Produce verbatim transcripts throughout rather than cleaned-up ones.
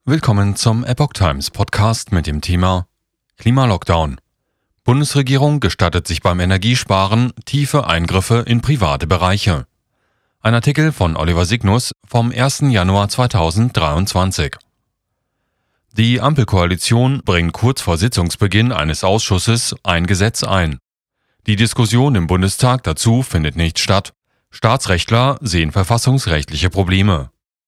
Willkommen zum Epoch Times Podcast mit dem Thema Klimalockdown. Bundesregierung gestattet sich beim Energiesparen tiefe Eingriffe in private Bereiche. Ein Artikel von Oliver Signus vom ersten Januar zweitausenddreiundzwanzig. Die Ampelkoalition bringt kurz vor Sitzungsbeginn eines Ausschusses ein Gesetz ein. Die Diskussion im Bundestag dazu findet nicht statt. Staatsrechtler sehen verfassungsrechtliche Probleme.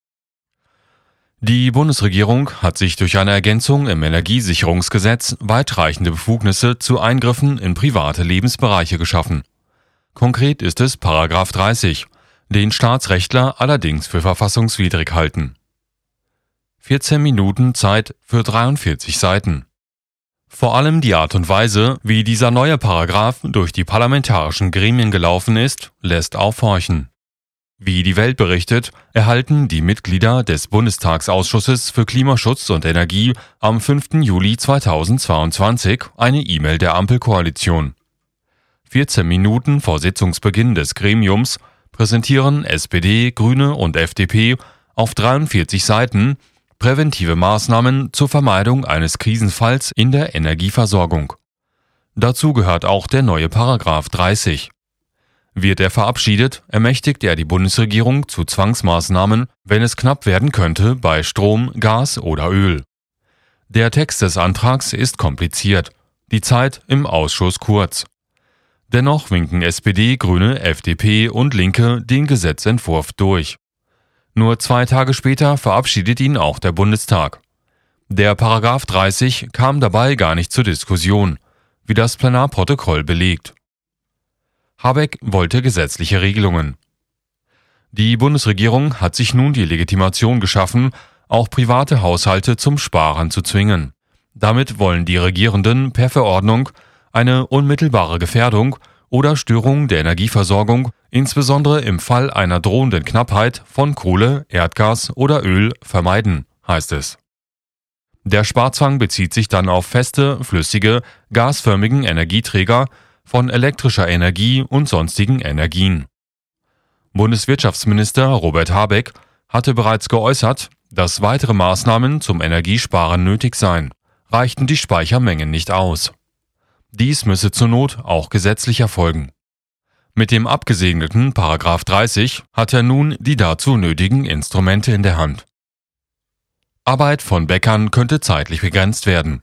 Die Bundesregierung hat sich durch eine Ergänzung im Energiesicherungsgesetz weitreichende Befugnisse zu Eingriffen in private Lebensbereiche geschaffen. Konkret ist es Paragraph dreißig, den Staatsrechtler allerdings für verfassungswidrig halten. vierzehn Minuten Zeit für dreiundvierzig Seiten. Vor allem die Art und Weise, wie dieser neue Paragraph durch die parlamentarischen Gremien gelaufen ist, lässt aufhorchen. Wie die Welt berichtet, erhalten die Mitglieder des Bundestagsausschusses für Klimaschutz und Energie am fünften Juli zweitausendzweiundzwanzig eine E-Mail der Ampelkoalition. vierzehn Minuten vor Sitzungsbeginn des Gremiums präsentieren S P D, Grüne und F D P auf dreiundvierzig Seiten präventive Maßnahmen zur Vermeidung eines Krisenfalls in der Energieversorgung. Dazu gehört auch der neue Paragraph dreißig. Wird er verabschiedet, ermächtigt er die Bundesregierung zu Zwangsmaßnahmen, wenn es knapp werden könnte bei Strom, Gas oder Öl. Der Text des Antrags ist kompliziert, die Zeit im Ausschuss kurz. Dennoch winken S P D, Grüne, F D P und Linke den Gesetzentwurf durch. Nur zwei Tage später verabschiedet ihn auch der Bundestag. Der Paragraph dreißig kam dabei gar nicht zur Diskussion, wie das Plenarprotokoll belegt. Habeck wollte gesetzliche Regelungen. Die Bundesregierung hat sich nun die Legitimation geschaffen, auch private Haushalte zum Sparen zu zwingen. Damit wollen die Regierenden per Verordnung eine unmittelbare Gefährdung oder Störung der Energieversorgung, insbesondere im Fall einer drohenden Knappheit von Kohle, Erdgas oder Öl, vermeiden, heißt es. Der Sparzwang bezieht sich dann auf feste, flüssige, gasförmigen Energieträger von elektrischer Energie und sonstigen Energien. Bundeswirtschaftsminister Robert Habeck hatte bereits geäußert, dass weitere Maßnahmen zum Energiesparen nötig seien, reichten die Speichermengen nicht aus. Dies müsse zur Not auch gesetzlich erfolgen. Mit dem abgesegneten Paragraph dreißig hat er nun die dazu nötigen Instrumente in der Hand. Arbeit von Bäckern könnte zeitlich begrenzt werden.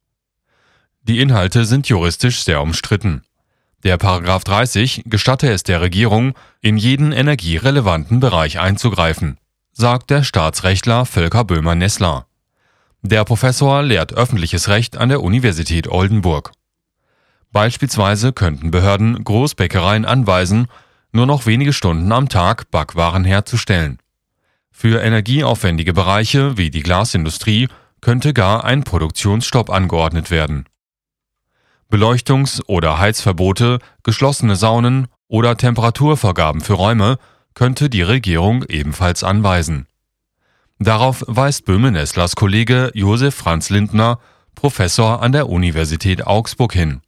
Die Inhalte sind juristisch sehr umstritten. Der Paragraph dreißig gestatte es der Regierung, in jeden energierelevanten Bereich einzugreifen, sagt der Staatsrechtler Volker Böhmer-Nessler. Der Professor lehrt öffentliches Recht an der Universität Oldenburg. Beispielsweise könnten Behörden Großbäckereien anweisen, nur noch wenige Stunden am Tag Backwaren herzustellen. Für energieaufwendige Bereiche wie die Glasindustrie könnte gar ein Produktionsstopp angeordnet werden. Beleuchtungs- oder Heizverbote, geschlossene Saunen oder Temperaturvorgaben für Räume könnte die Regierung ebenfalls anweisen. Darauf weist Böhme-Nesslers Kollege Josef Franz Lindner, Professor an der Universität Augsburg, hin.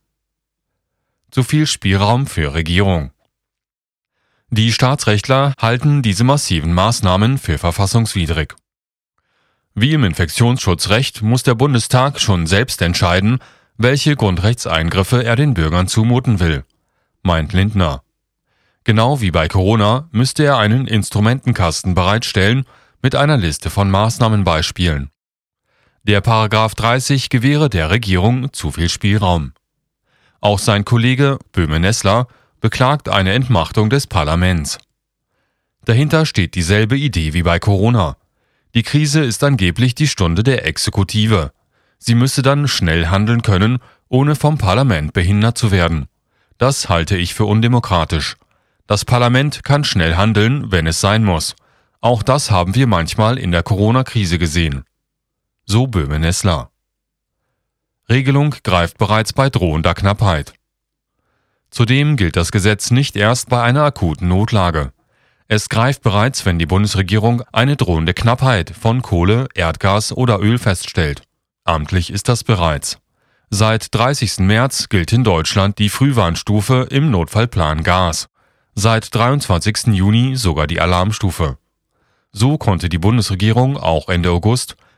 Zu viel Spielraum für Regierung. Die Staatsrechtler halten diese massiven Maßnahmen für verfassungswidrig. Wie im Infektionsschutzrecht muss der Bundestag schon selbst entscheiden, welche Grundrechtseingriffe er den Bürgern zumuten will, meint Lindner. Genau wie bei Corona müsste er einen Instrumentenkasten bereitstellen mit einer Liste von Maßnahmenbeispielen. Der Paragraph dreißig gewähre der Regierung zu viel Spielraum. Auch sein Kollege Böhme-Nessler beklagt eine Entmachtung des Parlaments. Dahinter steht dieselbe Idee wie bei Corona. Die Krise ist angeblich die Stunde der Exekutive. Sie müsse dann schnell handeln können, ohne vom Parlament behindert zu werden. Das halte ich für undemokratisch. Das Parlament kann schnell handeln, wenn es sein muss. Auch das haben wir manchmal in der Corona-Krise gesehen. So Böhme-Nessler. Regelung greift bereits bei drohender Knappheit. Zudem gilt das Gesetz nicht erst bei einer akuten Notlage. Es greift bereits, wenn die Bundesregierung eine drohende Knappheit von Kohle, Erdgas oder Öl feststellt. Amtlich ist das bereits. Seit dreißigsten März gilt in Deutschland die Frühwarnstufe im Notfallplan Gas. Seit dreiundzwanzigsten Juni sogar die Alarmstufe. So konnte die Bundesregierung auch Ende August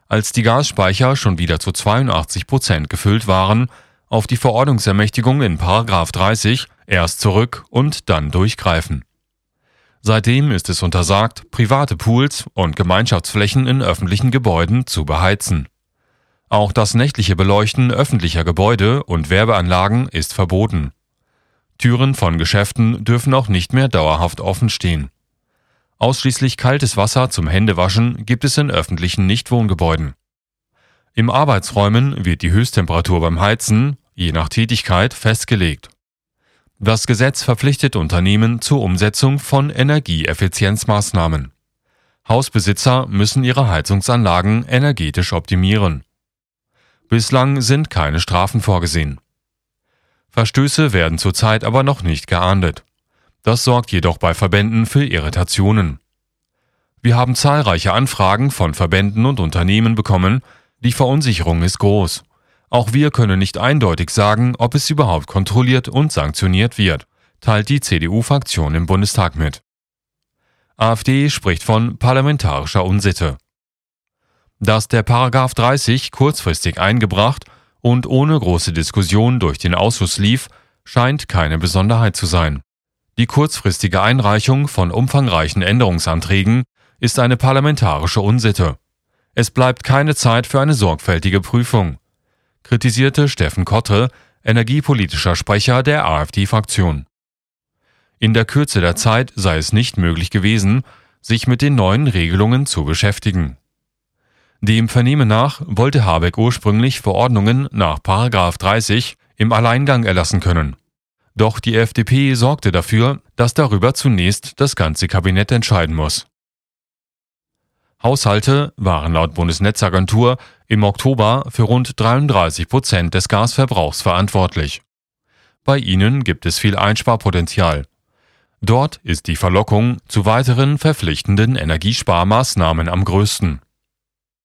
als die Gasspeicher schon wieder zu zweiundachtzig Prozent gefüllt waren, auf die Verordnungsermächtigung in Paragraph dreißig erst zurück und dann durchgreifen. Seitdem ist es untersagt, private Pools und Gemeinschaftsflächen in öffentlichen Gebäuden zu beheizen. Auch das nächtliche Beleuchten öffentlicher Gebäude und Werbeanlagen ist verboten. Türen von Geschäften dürfen auch nicht mehr dauerhaft offen stehen. Ausschließlich kaltes Wasser zum Händewaschen gibt es in öffentlichen Nichtwohngebäuden. Im Arbeitsräumen wird die Höchsttemperatur beim Heizen, je nach Tätigkeit, festgelegt. Das Gesetz verpflichtet Unternehmen zur Umsetzung von Energieeffizienzmaßnahmen. Hausbesitzer müssen ihre Heizungsanlagen energetisch optimieren. Bislang sind keine Strafen vorgesehen. Verstöße werden zurzeit aber noch nicht geahndet. Das sorgt jedoch bei Verbänden für Irritationen. Wir haben zahlreiche Anfragen von Verbänden und Unternehmen bekommen, die Verunsicherung ist groß. Auch wir können nicht eindeutig sagen, ob es überhaupt kontrolliert und sanktioniert wird, teilt die C D U-Fraktion im Bundestag mit. AfD spricht von parlamentarischer Unsitte. Dass der Paragraph dreißig kurzfristig eingebracht und ohne große Diskussion durch den Ausschuss lief, scheint keine Besonderheit zu sein. Die kurzfristige Einreichung von umfangreichen Änderungsanträgen ist eine parlamentarische Unsitte. Es bleibt keine Zeit für eine sorgfältige Prüfung, kritisierte Steffen Kotte, energiepolitischer Sprecher der AfD-Fraktion. In der Kürze der Zeit sei es nicht möglich gewesen, sich mit den neuen Regelungen zu beschäftigen. Dem Vernehmen nach wollte Habeck ursprünglich Verordnungen nach Paragraph dreißig im Alleingang erlassen können. Doch die F D P sorgte dafür, dass darüber zunächst das ganze Kabinett entscheiden muss. Haushalte waren laut Bundesnetzagentur im Oktober für rund dreiunddreißig Prozent des Gasverbrauchs verantwortlich. Bei ihnen gibt es viel Einsparpotenzial. Dort ist die Verlockung zu weiteren verpflichtenden Energiesparmaßnahmen am größten.